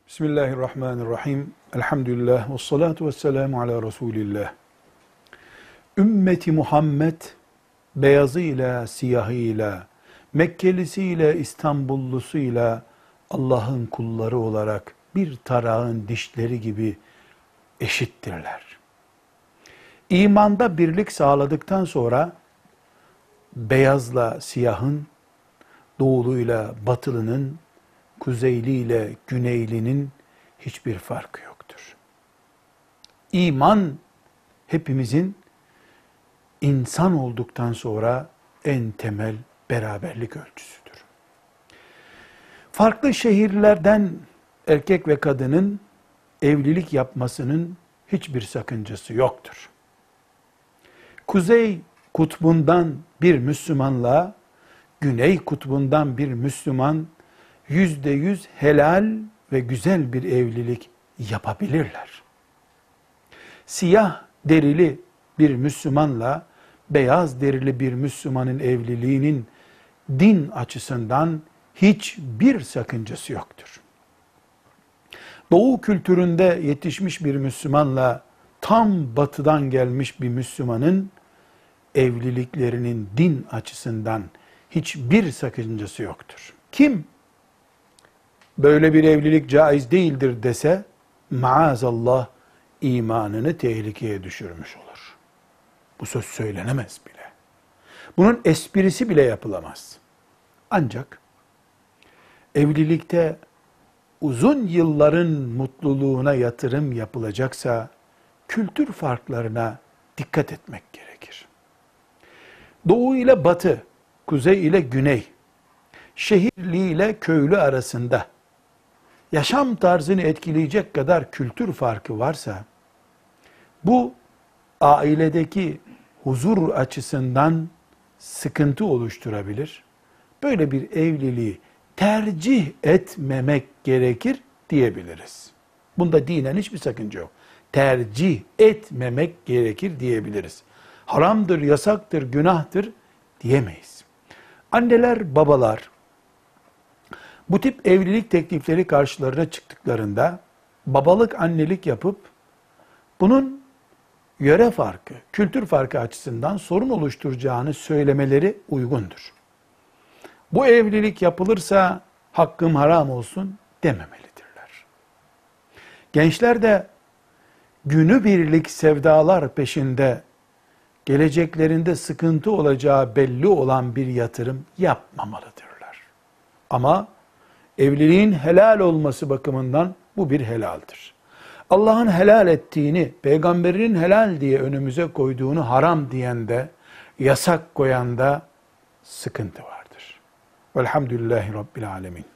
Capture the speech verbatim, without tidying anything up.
Bismillahirrahmanirrahim. Elhamdülillah ve salatu ve selamu ala Resulillah. Ümmeti Muhammed beyazıyla, siyahıyla, Mekkelisiyle, İstanbullusuyla Allah'ın kulları olarak bir tarağın dişleri gibi eşittirler. İmanda birlik sağladıktan sonra beyazla siyahın, doğuluyla batılının, kuzeyliyle güneylinin hiçbir farkı yoktur. İman hepimizin insan olduktan sonra en temel beraberlik ölçüsüdür. Farklı şehirlerden erkek ve kadının evlilik yapmasının hiçbir sakıncası yoktur. Kuzey kutbundan bir Müslümanla güney kutbundan bir Müslüman yüzde yüz helal ve güzel bir evlilik yapabilirler. Siyah derili bir Müslümanla beyaz derili bir Müslümanın evliliğinin din açısından hiçbir sakıncası yoktur. Doğu kültüründe yetişmiş bir Müslümanla tam batıdan gelmiş bir Müslümanın evliliklerinin din açısından hiçbir sakıncası yoktur. Kim böyle bir evlilik caiz değildir dese, maazallah imanını tehlikeye düşürmüş olur. Bu söz söylenemez bile. Bunun esprisi bile yapılamaz. Ancak evlilikte uzun yılların mutluluğuna yatırım yapılacaksa, kültür farklarına dikkat etmek gerekir. Doğu ile batı, kuzey ile güney, şehirli ile köylü arasında yaşam tarzını etkileyecek kadar kültür farkı varsa, bu ailedeki huzur açısından sıkıntı oluşturabilir. Böyle bir evliliği tercih etmemek gerekir diyebiliriz. Bunda dinen hiçbir sakınca yok. Tercih etmemek gerekir diyebiliriz. Haramdır, yasaktır, günahtır diyemeyiz. Anneler, babalar bu tip evlilik teklifleri karşılarına çıktıklarında babalık, annelik yapıp bunun yöre farkı, kültür farkı açısından sorun oluşturacağını söylemeleri uygundur. Bu evlilik yapılırsa hakkım haram olsun dememelidirler. Gençler de günübirlik sevdalar peşinde geleceklerinde sıkıntı olacağı belli olan bir yatırım yapmamalıdırlar. Ama evliliğin helal olması bakımından bu bir helaldir. Allah'ın helal ettiğini, peygamberinin helal diye önümüze koyduğunu haram diyen de, yasak koyan da sıkıntı vardır. Velhamdülillahi Rabbil Alemin.